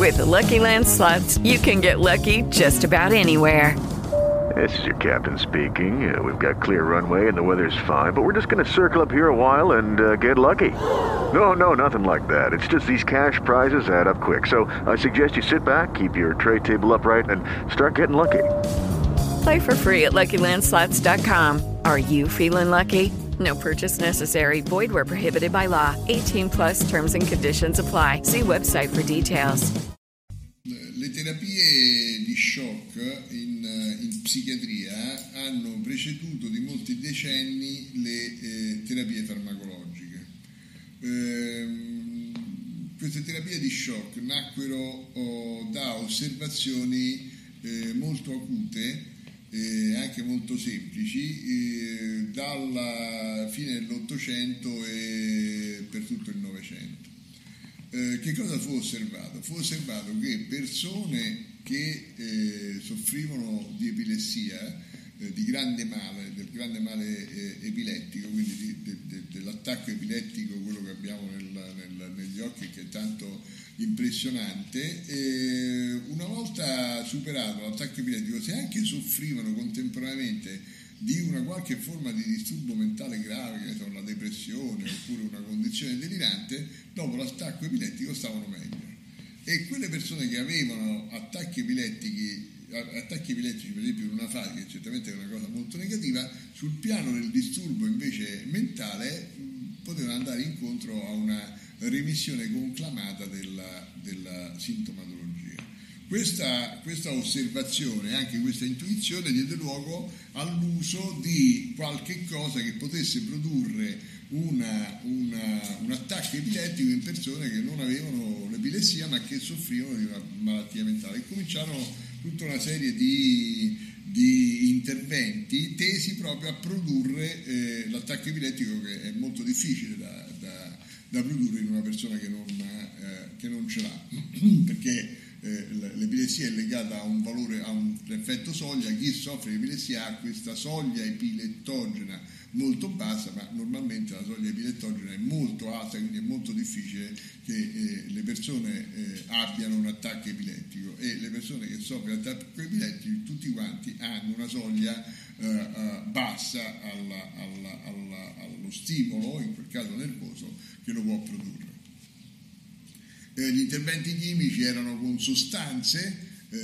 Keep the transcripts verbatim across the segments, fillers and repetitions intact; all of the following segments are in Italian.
With the Lucky Land Slots, you can get lucky just about anywhere. This is your captain speaking. Uh, we've got clear runway and the weather's fine, but we're just going to circle up here a while and uh, get lucky. No, no, nothing like that. It's just these cash prizes add up quick. So I suggest you sit back, keep your tray table upright, and start getting lucky. Play for free at Lucky Land Slots dot com. Are you feeling lucky? No purchase necessary. Void where prohibited by law. eighteen plus terms and conditions apply. See website for details. Le terapie di shock in, in psichiatria hanno preceduto di molti decenni le eh, terapie farmacologiche. Ehm, queste terapie di shock nacquero oh, da osservazioni eh, molto acute e anche molto semplici eh, dalla fine dell'Ottocento e per tutto il Novecento. Eh, che cosa fu osservato? Fu osservato che persone che eh, soffrivano di epilessia, eh, di grande male, del grande male eh, epilettico, quindi di, de, de, dell'attacco epilettico, quello che abbiamo nel, nel, negli occhi, che è tanto impressionante, eh, una volta superato l'attacco epilettico, se anche soffrivano contemporaneamente di una qualche forma di disturbo mentale grave, che ne so, la depressione oppure una condizione delirante, dopo l'attacco epilettico stavano meglio. E quelle persone che avevano attacchi epilettici, attacchi epilettici per esempio in una fase, che certamente è una cosa molto negativa, sul piano del disturbo invece mentale potevano andare incontro a una remissione conclamata della, della sintomatologia. Questa, questa osservazione, anche questa intuizione, diede luogo all'uso di qualche cosa che potesse produrre una, una, un attacco epilettico in persone che non avevano l'epilessia ma che soffrivano di una malattia mentale. E cominciarono tutta una serie di, di interventi tesi proprio a produrre eh, l'attacco epilettico, che è molto difficile da, da, da produrre in una persona che non, eh, che non ce l'ha, perché Eh, l'epilessia è legata a un valore, a un effetto soglia. Chi soffre di epilessia ha questa soglia epilettogena molto bassa, ma normalmente la soglia epilettogena è molto alta, quindi è molto difficile che eh, le persone eh, abbiano un attacco epilettico, e le persone che soffrono di attacco epilettico tutti quanti hanno una soglia eh, eh, bassa alla, alla, alla, allo stimolo, in quel caso nervoso, che lo può produrre. Eh, gli interventi chimici erano con sostanze,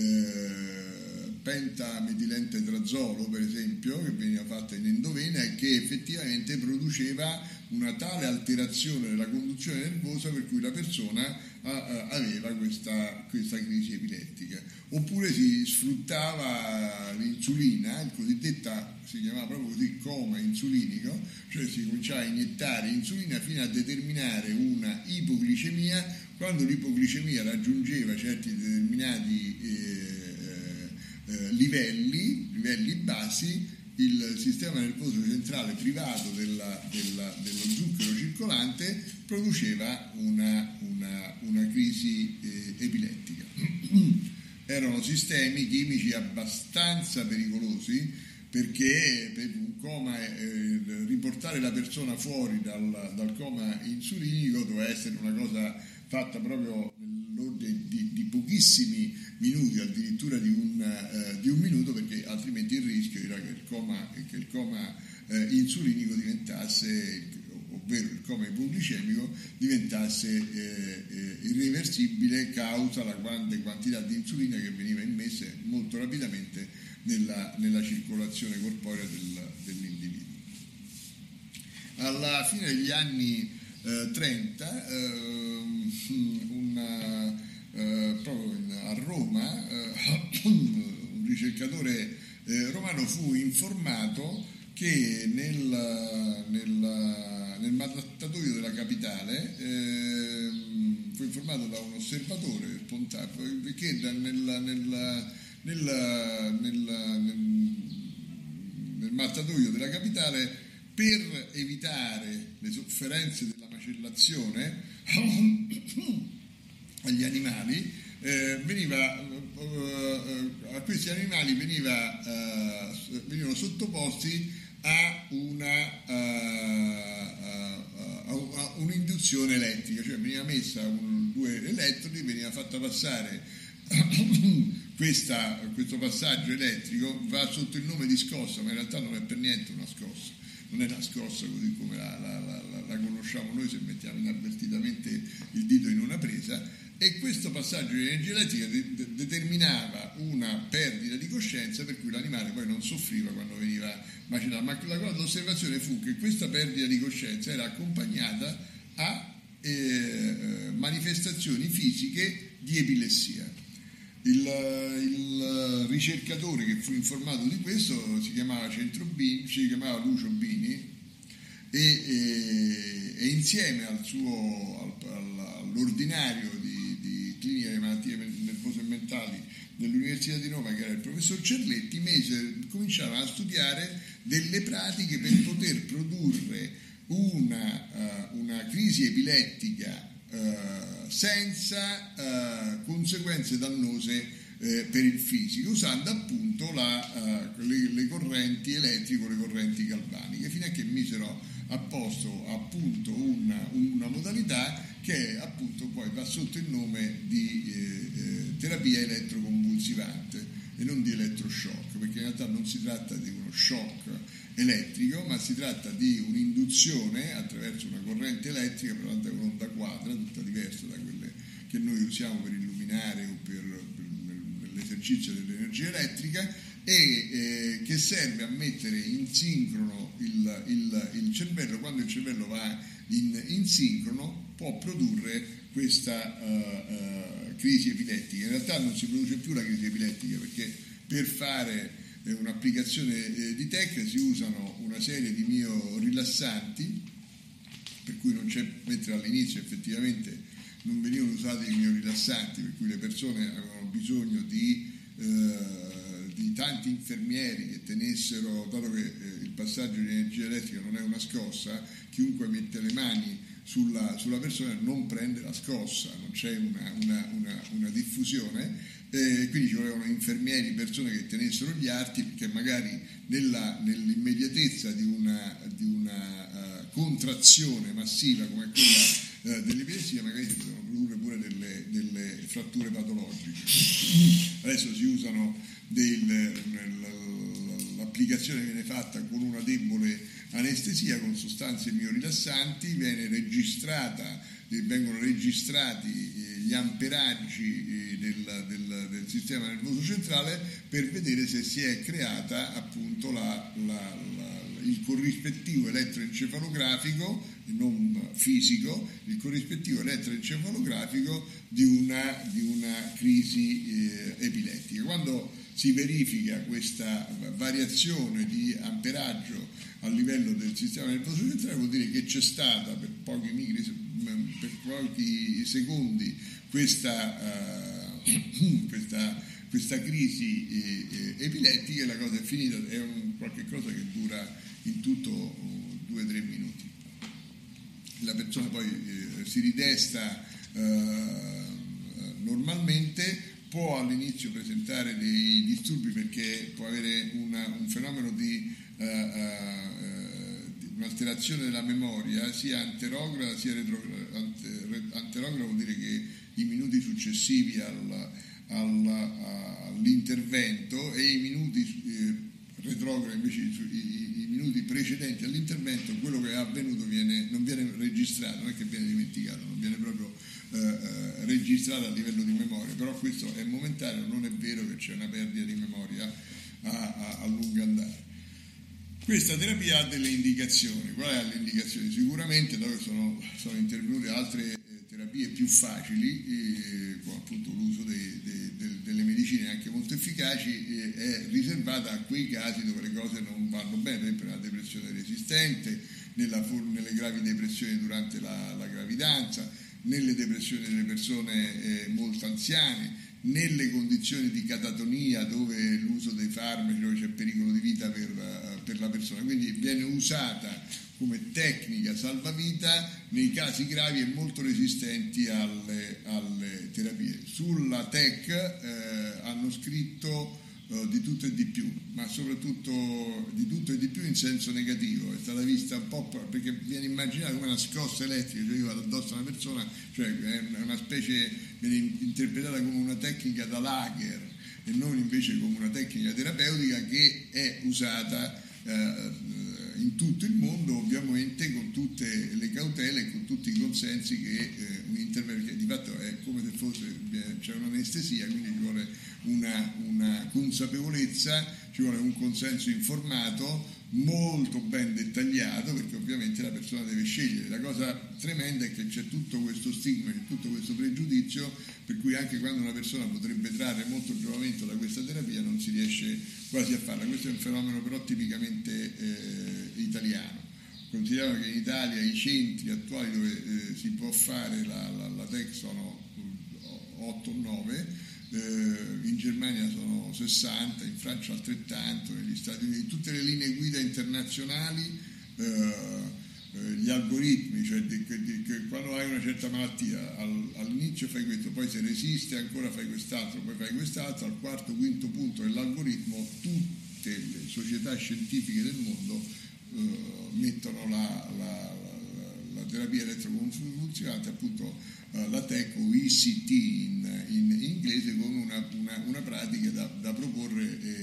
eh, pentametilentetrazolo per esempio, che veniva fatta in endovena e che effettivamente produceva una tale alterazione della conduzione nervosa per cui la persona a, a, aveva questa, questa crisi epilettica. Oppure si sfruttava l'insulina, il cosiddetta, si chiamava proprio così, coma insulinico, cioè si cominciava a iniettare insulina fino a determinare una ipoglicemia. Quando l'ipoglicemia raggiungeva certi determinati eh, eh, livelli, livelli bassi, il sistema nervoso centrale privato della, della, dello zucchero circolante produceva una, una, una crisi eh, epilettica. Erano sistemi chimici abbastanza pericolosi, perché per un coma, eh, riportare la persona fuori dal, dal coma insulinico doveva essere una cosa fatta proprio nell'ordine di, di pochissimi minuti, addirittura di un, eh, di un minuto, perché altrimenti il rischio era che il coma, che il coma eh, insulinico diventasse, ovvero il coma ipoglicemico, diventasse eh, eh, irreversibile causa la grande quantità di insulina che veniva immessa molto rapidamente nella, nella circolazione corporea del, dell'individuo. Alla fine degli anni eh, trenta eh, una, eh, proprio in, a Roma eh, un ricercatore eh, romano fu informato che nel, nel, nel mattatoio della capitale eh, fu informato da un osservatore spontaneo, perché nel, nel, nel, nel, nel, nel mattatoio della capitale, per evitare le sofferenze della macellazione agli animali, eh, veniva, eh, a questi animali veniva, eh, venivano sottoposti a una uh, a, a un'induzione elettrica, cioè veniva messa un, due elettrodi, veniva fatta passare questa, questo passaggio elettrico, va sotto il nome di scossa, ma in realtà non è per niente una scossa, non è una scossa così come la, la, la, la conosciamo noi se mettiamo inavvertitamente il dito in una presa. E questo passaggio di energia elettrica de- de- determinava una perdita di coscienza, per cui l'animale poi non soffriva quando veniva macinato. Ma la, l'osservazione fu che questa perdita di coscienza era accompagnata a eh, manifestazioni fisiche di epilessia. Il, il ricercatore che fu informato di questo si chiamava Centro Bini, si chiamava Lucio Bini, e, e, e insieme al suo, al, all'ordinario di clinica delle malattie nervose e mentali dell'Università di Roma, che era il professor Cerletti, mise, cominciarono a studiare delle pratiche per poter produrre una, uh, una crisi epilettica uh, senza uh, conseguenze dannose uh, per il fisico, usando appunto la, uh, le, le correnti elettriche o le correnti galvaniche, fino a che misero a posto appunto una, una modalità che appunto poi va sotto il nome di eh, eh, terapia elettroconvulsivante e non di elettroshock, perché in realtà non si tratta di uno shock elettrico, ma si tratta di un'induzione attraverso una corrente elettrica per un'onda quadra, tutta diversa da quelle che noi usiamo per illuminare o per, per l'esercizio dell'energia elettrica, e eh, che serve a mettere in sincrono il, il, il cervello. Quando il cervello va in, in sincrono può produrre questa uh, uh, crisi epilettica. In realtà non si produce più la crisi epilettica, perché per fare eh, un'applicazione eh, di T E C si usano una serie di miorilassanti, per cui non c'è, mentre all'inizio effettivamente non venivano usati i miorilassanti, per cui le persone avevano bisogno di eh, di tanti infermieri che tenessero, dato che eh, il passaggio di energia elettrica non è una scossa, chiunque mette le mani sulla, sulla persona non prende la scossa, non c'è una, una, una, una diffusione, eh, quindi ci volevano infermieri, persone che tenessero gli arti, perché magari nella, nell'immediatezza di una, di una uh, contrazione massiva come quella uh, dell'epilessia magari si potevano produrre pure delle, delle fratture patologiche. Adesso si usano del, l'applicazione viene fatta con una debole anestesia, con sostanze miorilassanti, viene registrata, vengono registrati gli amperaggi del, del, del sistema nervoso centrale per vedere se si è creata appunto la, la, la, il corrispettivo elettroencefalografico, non fisico, il corrispettivo elettroencefalografico di una, di una crisi eh, epilettica. Quando si verifica questa variazione di amperaggio a livello del sistema nervoso centrale, vuol dire che c'è stata per pochi, micri, per pochi secondi questa, uh, questa, questa crisi eh, epilettica, e la cosa è finita. È un, qualche cosa che dura in tutto uh, due o tre minuti. La persona poi eh, si ridesta uh, normalmente, può all'inizio presentare dei disturbi perché può avere una, un fenomeno di uh, uh, un'alterazione della memoria sia anterograda sia retrograda. Anterograda vuol dire che i minuti successivi al, al, all'intervento, e i minuti eh, retrogradi invece i, i minuti precedenti all'intervento, quello che è avvenuto viene, non viene registrato, non è che viene dimenticato, non viene proprio eh, registrato a livello di memoria, però questo è momentaneo, non è vero che c'è una perdita di memoria a, a, a lungo andare. Questa terapia ha delle indicazioni. Qual è le indicazioni? Sicuramente dove sono, sono intervenute altre eh, terapie più facili, eh, come appunto l'uso dei, dei, dei, delle medicine anche molto efficaci, eh, è riservata a quei casi dove le cose non vanno bene, per esempio la depressione resistente, nella, nelle gravi depressioni durante la, la gravidanza, nelle depressioni delle persone eh, molto anziane, nelle condizioni di catatonia dove l'uso dei farmaci, dove c'è pericolo di vita per, per la persona, quindi viene usata come tecnica salvavita nei casi gravi e molto resistenti alle, alle terapie. Sulla T E C eh, hanno scritto uh, di tutto e di più, ma soprattutto di tutto e di più in senso negativo. È stata vista un po' perché viene immaginata come una scossa elettrica, cioè io vado addosso a una persona, cioè è una specie, viene interpretata come una tecnica da lager e non invece come una tecnica terapeutica che è usata uh, in tutto il mondo, ovviamente con tutte le cautele e con tutti i consensi che eh, un intervento, che di fatto è come se fosse, c'è un'anestesia, quindi ci vuole una, una consapevolezza, ci vuole un consenso informato molto ben dettagliato, perché ovviamente la persona deve scegliere. La cosa tremenda è che c'è tutto questo stigma, c'è tutto questo pregiudizio, per cui anche quando una persona potrebbe trarre molto giovamento da questa terapia non si riesce quasi a farla. Questo è un fenomeno però tipicamente eh, italiano. Consideriamo che in Italia i centri attuali dove eh, si può fare la, la, la T E C sono otto o nove, eh, in Germania sono sessanta, in Francia altrettanto, negli Stati Uniti, tutte le linee guida internazionali, eh, eh, gli algoritmi, cioè di, di, che quando hai una certa malattia al, all'inizio fai questo, poi se resiste ancora fai quest'altro, poi fai quest'altro, al quarto, quinto punto dell'algoritmo tutte le società scientifiche del mondo eh, mettono la, la, la, la terapia elettroconvulsivante, appunto eh, la T E C o I C T in, in inglese, come una, una, una pratica da, da proporre e,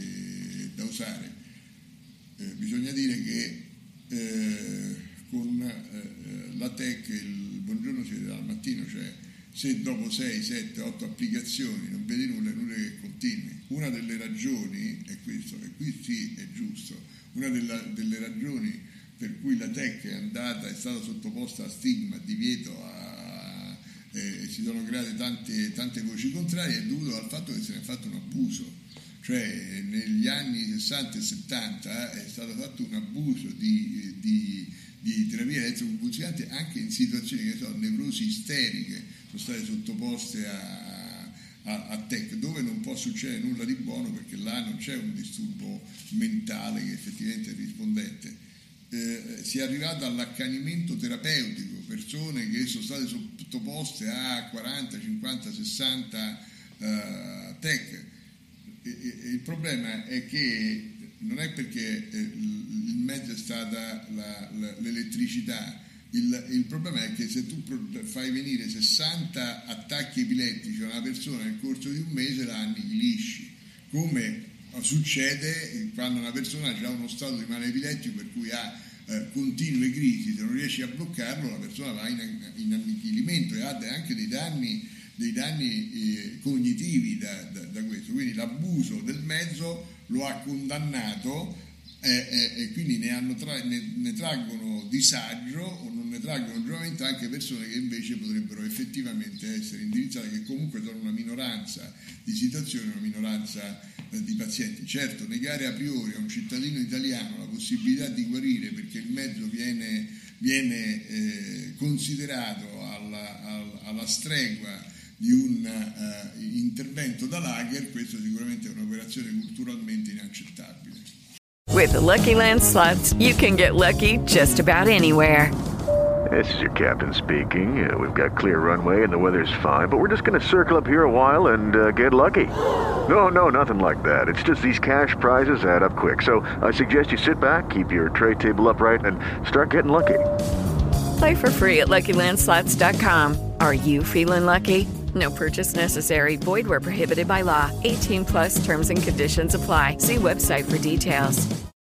e da usare. Eh, bisogna dire che eh, con eh, la T E C il buongiorno si vede dal mattino, cioè se dopo sei, sette, otto applicazioni non vedi nulla, è nulla che continui. Una delle ragioni è questo, e qui sì è giusto, una della, delle ragioni per cui la T E C è andata, è stata sottoposta a stigma, a divieto, a, eh, si sono create tante, tante voci contrarie, è dovuto al fatto che se ne è fatto un abuso. Cioè negli anni sessanta e settanta è stato fatto un abuso di, di, di terapia elettroconvulsivante anche in situazioni che sono nevrosi isteriche, sono state sottoposte a, a, a T E C, dove non può succedere nulla di buono perché là non c'è un disturbo mentale che effettivamente è rispondente. Eh, si è arrivato all'accanimento terapeutico, persone che sono state sottoposte a quaranta, cinquanta, sessanta uh, T E C. Il problema è che non è perché il mezzo è stata la, la, l'elettricità, il, il problema è che se tu fai venire sessanta attacchi epilettici a una persona nel corso di un mese la annichilisci, come succede quando una persona ha già uno stato di male epilettico per cui ha eh, continue crisi, se non riesci a bloccarlo la persona va in, in annichilimento e ha anche dei danni dei danni eh, cognitivi da, da, da questo, quindi l'abuso del mezzo lo ha condannato eh, eh, e quindi ne, hanno tra, ne, ne traggono disagio o non ne traggono giovamento anche persone che invece potrebbero effettivamente essere indirizzate, che comunque sono una minoranza di situazioni, una minoranza eh, di pazienti. Certo, negare a priori a un cittadino italiano la possibilità di guarire perché il mezzo viene, viene eh, considerato alla, alla, alla stregua di un uh, intervento da lager, questo sicuramente è un'operazione culturalmente inaccettabile. With the Lucky Land Slots, you can get lucky just about anywhere. This is your captain speaking. Uh, we've got clear runway and the weather's fine, but we're just going to circle up here a while and uh, get lucky. No, no, nothing like that. It's just these cash prizes add up quick. So I suggest you sit back, keep your tray table upright, and start getting lucky. Play for free at Lucky Land Slots dot com. Are you feeling lucky? No purchase necessary. Void where prohibited by law. eighteen plus terms and conditions apply. See website for details.